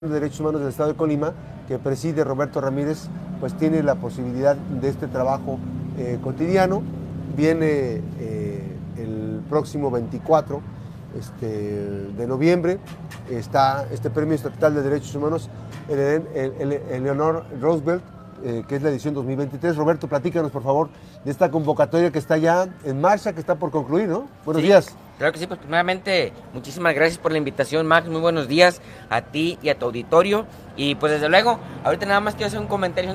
de Derechos Humanos del Estado de Colima, que preside Roberto Ramírez, pues tiene la posibilidad de este trabajo cotidiano. Viene el próximo 24 de noviembre, está este Premio Estatal de Derechos Humanos, Eleanor Roosevelt, que es la edición 2023. Roberto, platícanos, por favor, de esta convocatoria que está ya en marcha, que está por concluir, ¿no? Buenos días. Claro que sí, pues primeramente, muchísimas gracias por la invitación, Max, muy buenos días a ti y a tu auditorio, y pues desde luego, ahorita nada más quiero hacer un comentario, son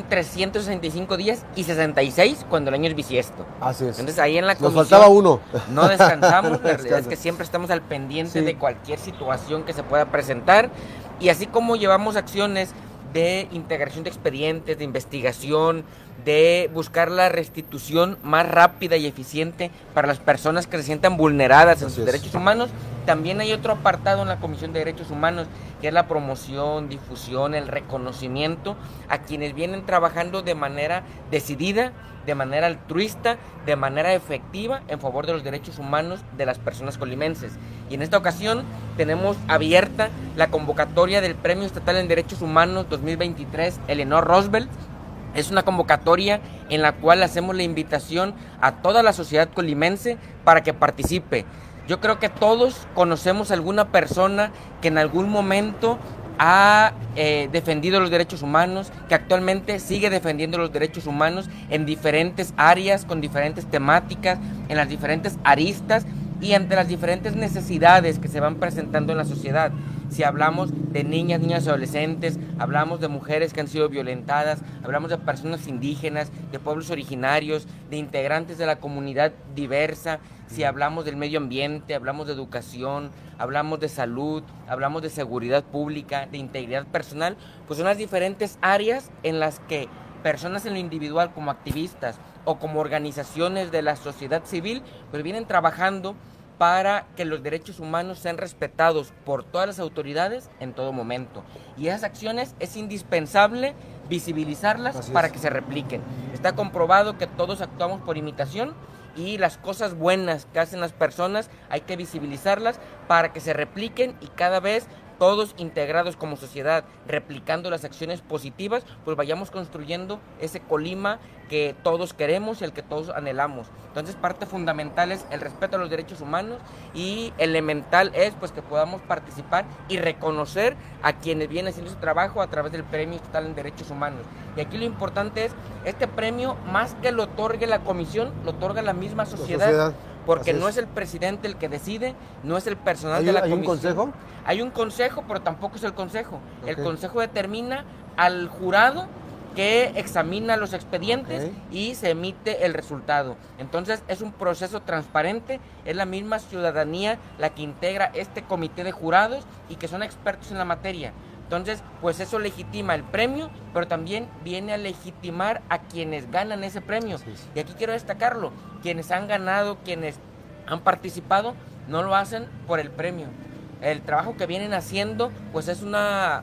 365 días y 66 cuando el año es bisiesto. Así es. Entonces ahí en la comisión nos faltaba uno. No descansamos, No la realidad es que siempre estamos al pendiente de cualquier situación que se pueda presentar, y así como llevamos acciones de integración de expedientes, de investigación, de buscar la restitución más rápida y eficiente para las personas que se sientan vulneradas en sus derechos humanos. También hay otro apartado en la Comisión de Derechos Humanos, que es la promoción, difusión, el reconocimiento a quienes vienen trabajando de manera decidida, de manera altruista, de manera efectiva en favor de los derechos humanos de las personas colimenses. Y en esta ocasión tenemos abierta la convocatoria del Premio Estatal en Derechos Humanos 2023, Eleanor Roosevelt. Es una convocatoria en la cual hacemos la invitación a toda la sociedad colimense para que participe. Yo creo que todos conocemos a alguna persona que en algún momento ha defendido los derechos humanos, que actualmente sigue defendiendo los derechos humanos en diferentes áreas, con diferentes temáticas, en las diferentes aristas y ante las diferentes necesidades que se van presentando en la sociedad. Si hablamos de niñas y adolescentes, hablamos de mujeres que han sido violentadas, hablamos de personas indígenas, de pueblos originarios, de integrantes de la comunidad diversa. Si hablamos del medio ambiente, hablamos de educación, hablamos de salud, hablamos de seguridad pública, de integridad personal, pues son las diferentes áreas en las que personas en lo individual como activistas o como organizaciones de la sociedad civil, pues vienen trabajando para que los derechos humanos sean respetados por todas las autoridades en todo momento. Y esas acciones es indispensable visibilizarlas para que se repliquen. Está comprobado que todos actuamos por imitación y las cosas buenas que hacen las personas hay que visibilizarlas para que se repliquen y cada vez todos integrados como sociedad, replicando las acciones positivas, pues vayamos construyendo ese Colima que todos queremos y el que todos anhelamos. Entonces, parte fundamental es el respeto a los derechos humanos y elemental es pues que podamos participar y reconocer a quienes vienen haciendo su trabajo a través del Premio Estatal en Derechos Humanos. Y aquí lo importante es, este premio, más que lo otorgue la comisión, lo otorga la misma sociedad. Porque no es el presidente el que decide, no es el personal de la comisión. ¿Hay un consejo? Hay un consejo, pero tampoco es el consejo. El consejo determina al jurado que examina los expedientes y se emite el resultado. Entonces es un proceso transparente, es la misma ciudadanía la que integra este comité de jurados y que son expertos en la materia. Entonces, pues eso legitima el premio, pero también viene a legitimar a quienes ganan ese premio. Y aquí quiero destacarlo, quienes han ganado, quienes han participado, no lo hacen por el premio. El trabajo que vienen haciendo, pues es una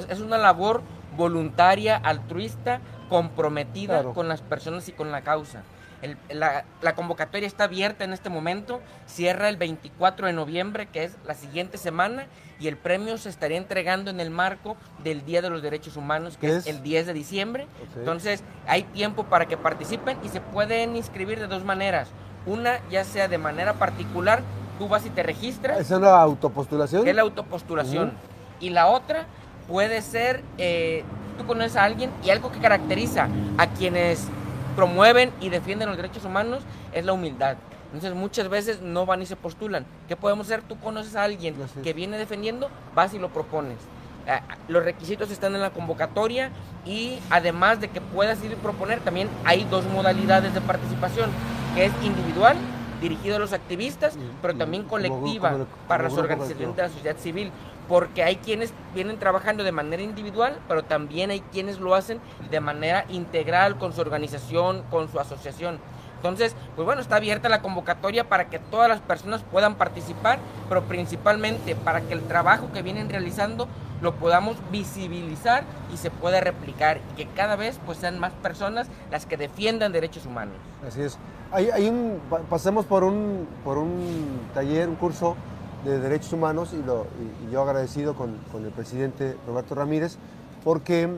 labor voluntaria, altruista, comprometida con las personas y con la causa. La convocatoria está abierta en este momento, cierra el 24 de noviembre, que es la siguiente semana, y el premio se estaría entregando en el marco del Día de los Derechos Humanos, que es el 10 de diciembre. Entonces, hay tiempo para que participen y se pueden inscribir de dos maneras. Una, ya sea de manera particular, tú vas y te registras. ¿Es una autopostulación? Que es la autopostulación. Y la otra puede ser, tú conoces a alguien y algo que caracteriza a quienes promueven y defienden los derechos humanos es la humildad. Entonces muchas veces no van y se postulan. ¿Qué podemos hacer? Tú conoces a alguien que viene defendiendo, vas y lo propones. Los requisitos están en la convocatoria y además de que puedas ir y proponer, también hay dos modalidades de participación, que es individual, dirigido a los activistas, pero también colectiva para las organizaciones de la sociedad civil, porque hay quienes vienen trabajando de manera individual, pero también hay quienes lo hacen de manera integral con su organización, con su asociación. Entonces, pues bueno, está abierta la convocatoria para que todas las personas puedan participar, pero principalmente para que el trabajo que vienen realizando lo podamos visibilizar y se pueda replicar y que cada vez pues sean más personas las que defiendan derechos humanos. Así es. Pasemos por un taller, un curso de Derechos Humanos y yo agradecido con el presidente Roberto Ramírez porque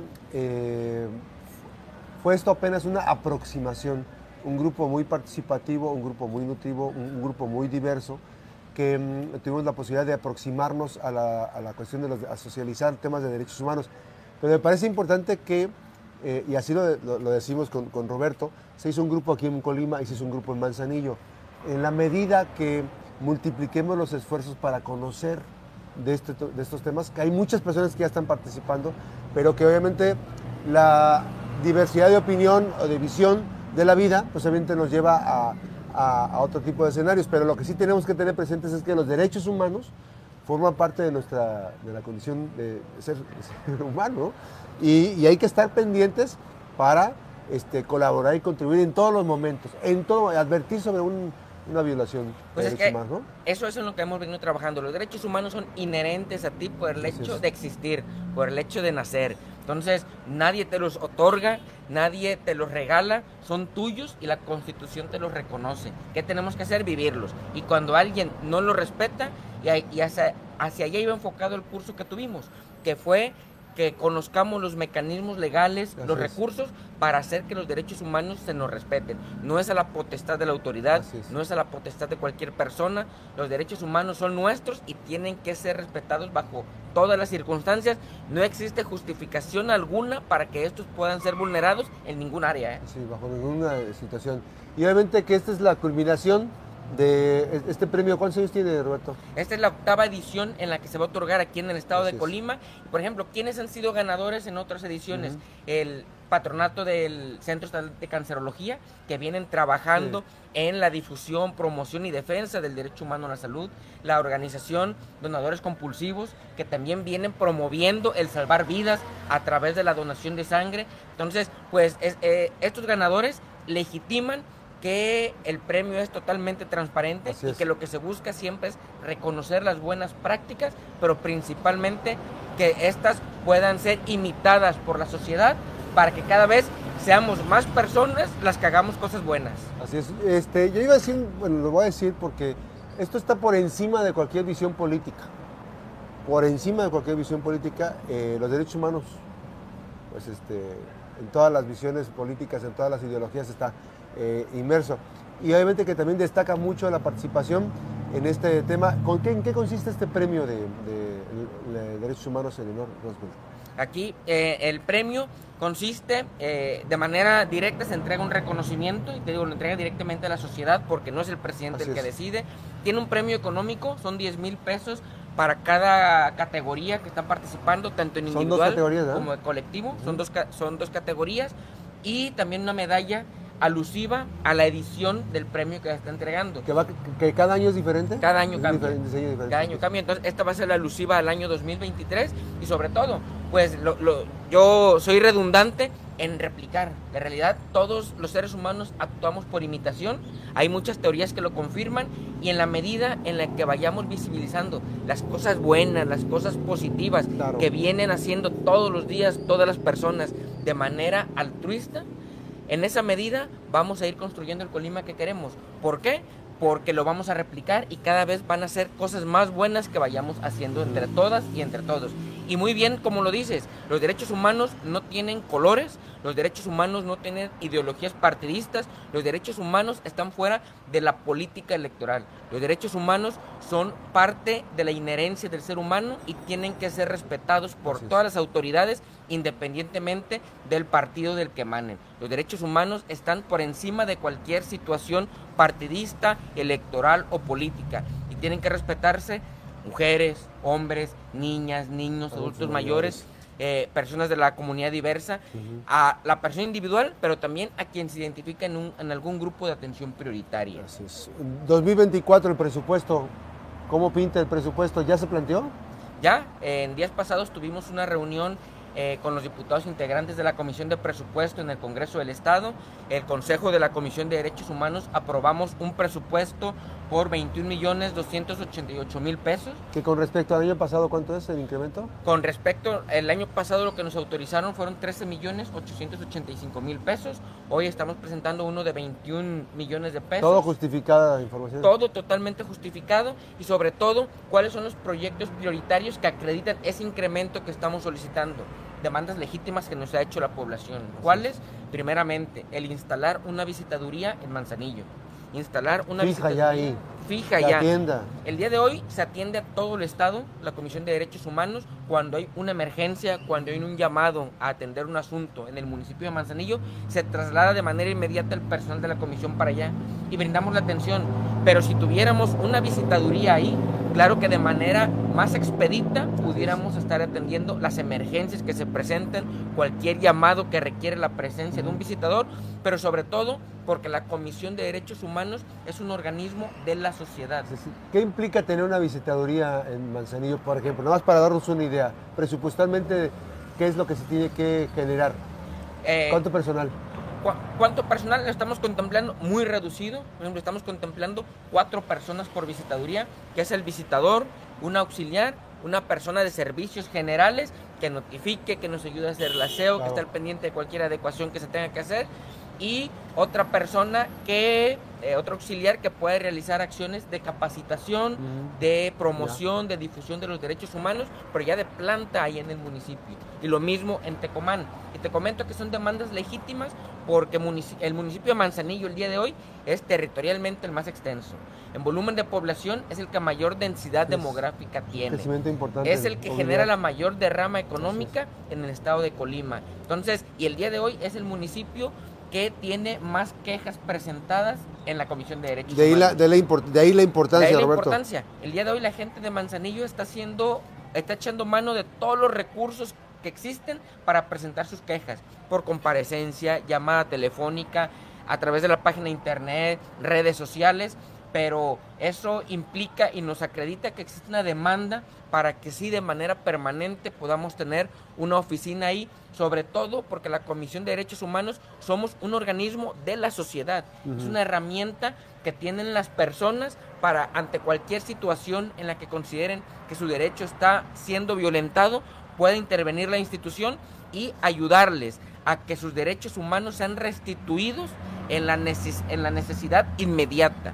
fue esto apenas una aproximación, un grupo muy participativo, un grupo muy nutritivo, un grupo muy diverso, que tuvimos la posibilidad de aproximarnos a la cuestión a socializar temas de derechos humanos. Pero me parece importante que, y así lo decimos con Roberto, se hizo un grupo aquí en Colima y se hizo un grupo en Manzanillo. En la medida que multipliquemos los esfuerzos para conocer de estos temas, que hay muchas personas que ya están participando, pero que obviamente la diversidad de opinión o de visión de la vida, pues obviamente nos lleva a otro tipo de escenarios, pero lo que sí tenemos que tener presentes es que los derechos humanos forman parte de la condición de ser humano, ¿no? Y hay que estar pendientes para colaborar y contribuir en todos los momentos, en todo, advertir sobre una violación pues de derechos humanos, ¿no? Eso es en lo que hemos venido trabajando. Los derechos humanos son inherentes a ti por el hecho de existir, por el hecho de nacer. Entonces, nadie te los otorga, nadie te los regala, son tuyos y la Constitución te los reconoce. ¿Qué tenemos que hacer? Vivirlos. Y cuando alguien no los respeta, y hacia allá iba enfocado el curso que tuvimos, que fue que conozcamos los mecanismos legales, los recursos para hacer que los derechos humanos se nos respeten. No es a la potestad de la autoridad, no es a la potestad de cualquier persona. Los derechos humanos son nuestros y tienen que ser respetados bajo todas las circunstancias. No existe justificación alguna para que estos puedan ser vulnerados en ningún área, ¿eh? Sí, bajo ninguna situación. Y obviamente que esta es la culminación de este premio. ¿Cuántos años tiene, Roberto? Esta es la 8ª edición en la que se va a otorgar aquí en el estado de Colima. Por ejemplo, ¿quiénes han sido ganadores en otras ediciones? El patronato del Centro Estatal de Cancerología, que vienen trabajando en la difusión, promoción y defensa del derecho humano a la salud. La organización Donadores Compulsivos, que también vienen promoviendo el salvar vidas a través de la donación de sangre. Entonces, pues estos ganadores legitiman que el premio es totalmente transparente y que lo que se busca siempre es reconocer las buenas prácticas, pero principalmente que estas puedan ser imitadas por la sociedad para que cada vez seamos más personas las que hagamos cosas buenas. Así es. Yo iba a decir, bueno, lo voy a decir porque esto está por encima de cualquier visión política. Por encima de cualquier visión política, los derechos humanos, pues en todas las visiones políticas, en todas las ideologías está inmerso. Y obviamente que también destaca mucho la participación en este tema. ¿En qué consiste este premio de derechos humanos Eleanor Roosevelt? Aquí el premio consiste de manera directa, se entrega un reconocimiento, y te digo, lo entrega directamente a la sociedad porque no es el presidente el que decide. Tiene un premio económico, son 10,000 pesos para cada categoría que están participando, tanto en individual como en colectivo. Son dos categorías, y también una medalla alusiva a la edición del premio que está entregando. ¿Que cada año es diferente? Cada año cambia. Cada año cambia. Entonces, esta va a ser la alusiva al año 2023 y sobre todo, pues yo soy redundante en replicar. En realidad, todos los seres humanos actuamos por imitación. Hay muchas teorías que lo confirman, y en la medida en la que vayamos visibilizando las cosas buenas, las cosas positivas que vienen haciendo todos los días todas las personas de manera altruista, en esa medida vamos a ir construyendo el Colima que queremos. ¿Por qué? Porque lo vamos a replicar y cada vez van a ser cosas más buenas que vayamos haciendo entre todas y entre todos. Y muy bien, como lo dices, los derechos humanos no tienen colores, los derechos humanos no tienen ideologías partidistas, los derechos humanos están fuera de la política electoral. Los derechos humanos son parte de la inherencia del ser humano y tienen que ser respetados por todas las autoridades, independientemente del partido del que emanen. Los derechos humanos están por encima de cualquier situación partidista, electoral o política, y tienen que respetarse mujeres, hombres, niñas, niños, adultos mayores, personas de la comunidad diversa, a la persona individual, pero también a quien se identifica en algún grupo de atención prioritaria. Así es. 2024, el presupuesto, ¿cómo pinta el presupuesto? ¿Ya se planteó? Ya, en días pasados tuvimos una reunión con los diputados integrantes de la Comisión de Presupuesto en el Congreso del Estado, el Consejo de la Comisión de Derechos Humanos, aprobamos un presupuesto por 21.288.000 pesos. ¿Que con respecto al año pasado cuánto es el incremento? Con respecto al año pasado lo que nos autorizaron fueron 13.885.000 pesos. Hoy estamos presentando uno de 21 millones de pesos. ¿Todo justificada la información? Todo totalmente justificado y sobre todo cuáles son los proyectos prioritarios que acreditan ese incremento que estamos solicitando. Demandas legítimas que nos ha hecho la población. ¿Cuáles? Primeramente, el instalar una visitaduría en Manzanillo. Instalar una visitaduría. Fija ya ahí. Fija ya. Atienda. El día de hoy se atiende a todo el Estado, la Comisión de Derechos Humanos, cuando hay una emergencia, cuando hay un llamado a atender un asunto en el municipio de Manzanillo, se traslada de manera inmediata el personal de la comisión para allá y brindamos la atención. Pero si tuviéramos una visitaduría ahí, claro que de manera más expedita pudiéramos estar atendiendo las emergencias que se presenten, cualquier llamado que requiere la presencia de un visitador, pero sobre todo porque la Comisión de Derechos Humanos es un organismo de la sociedad. ¿Qué implica tener una visitaduría en Manzanillo, por ejemplo? Nada más para darnos una idea. Presupuestalmente, ¿qué es lo que se tiene que generar? ¿Cuánto personal? ¿Cuánto personal? Lo estamos contemplando muy reducido. Por ejemplo, estamos contemplando 4 personas por visitaduría, que es el visitador, un auxiliar, una persona de servicios generales que notifique, que nos ayude a hacer el aseo, claro, que esté al pendiente de cualquier adecuación que se tenga que hacer, y otra persona otro auxiliar que puede realizar acciones de capacitación, de promoción, de difusión de los derechos humanos, pero ya de planta ahí en el municipio. Y lo mismo en Tecomán. Y te comento que son demandas legítimas porque el municipio de Manzanillo el día de hoy es territorialmente el más extenso. En volumen de población es el que mayor densidad demográfica tiene. Crecimiento importante. Es el que genera la mayor derrama económica en el estado de Colima. Entonces, y el día de hoy es el municipio que tiene más quejas presentadas en la Comisión de Derechos Humanos. De ahí la importancia, de ahí la Roberto. Importancia. El día de hoy la gente de Manzanillo está echando mano de todos los recursos que existen para presentar sus quejas, por comparecencia, llamada telefónica, a través de la página de internet, redes sociales, pero eso implica y nos acredita que existe una demanda para que sí de manera permanente podamos tener una oficina ahí, sobre todo porque la Comisión de Derechos Humanos somos un organismo de la sociedad, es una herramienta que tienen las personas para ante cualquier situación en la que consideren que su derecho está siendo violentado, puede intervenir la institución y ayudarles a que sus derechos humanos sean restituidos en la necesidad inmediata.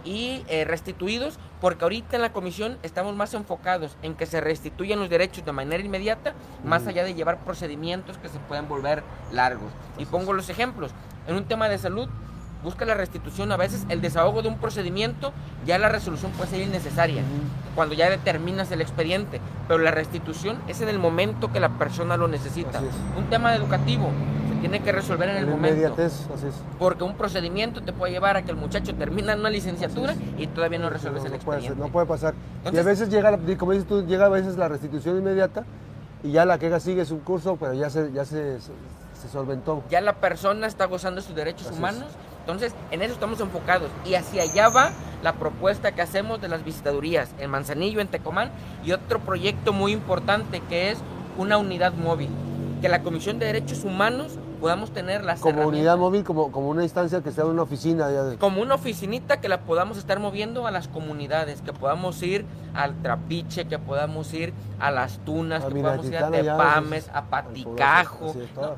Y restituidos porque ahorita en la comisión estamos más enfocados en que se restituyan los derechos de manera inmediata, más allá de llevar procedimientos que se pueden volver largos. Y pongo los ejemplos. En un tema de salud, busca la restitución, a veces el desahogo de un procedimiento, ya la resolución puede ser innecesaria, cuando ya determinas el expediente, pero la restitución es en el momento que la persona lo necesita. Un tema educativo, tiene que resolver en el momento. Así es. Porque un procedimiento te puede llevar a que el muchacho termina una licenciatura y todavía no resuelves el expediente. No puede pasar. Entonces, y a veces llega, como dices tú, llega a veces la restitución inmediata y ya la queja sigue su curso, pero ya se solventó. Ya la persona está gozando de sus derechos humanos. Entonces, en eso estamos enfocados. Y hacia allá va la propuesta que hacemos de las visitadurías en Manzanillo, en Tecomán, y otro proyecto muy importante que es una unidad móvil. Que la Comisión de Derechos Humanos podamos tener las como unidad móvil, como una instancia que sea una oficina. Como una oficinita que la podamos estar moviendo a las comunidades, que podamos ir al Trapiche, que podamos ir a Las Tunas, que podamos ir a Tepames, a Paticajo,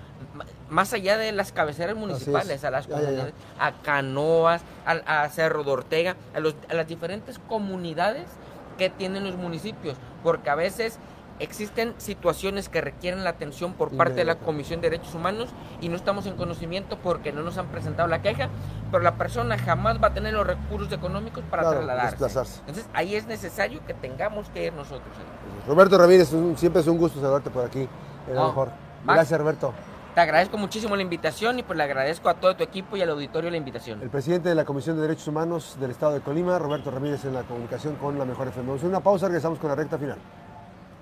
más allá de las cabeceras municipales, a las comunidades, a Canoas, a Cerro de Ortega, a las diferentes comunidades que tienen los municipios, porque a veces existen situaciones que requieren la atención por parte de la Comisión de Derechos Humanos y no estamos en conocimiento porque no nos han presentado la queja, pero la persona jamás va a tener los recursos económicos para trasladarse. Entonces ahí es necesario que tengamos que ir nosotros. Roberto Ramírez, siempre es un gusto saludarte por aquí. Mejor. Gracias, Roberto. Te agradezco muchísimo la invitación y pues le agradezco a todo tu equipo y al auditorio la invitación. El presidente de la Comisión de Derechos Humanos del Estado de Colima, Roberto Ramírez, en la comunicación con La Mejor FM. Una pausa, regresamos con la recta final.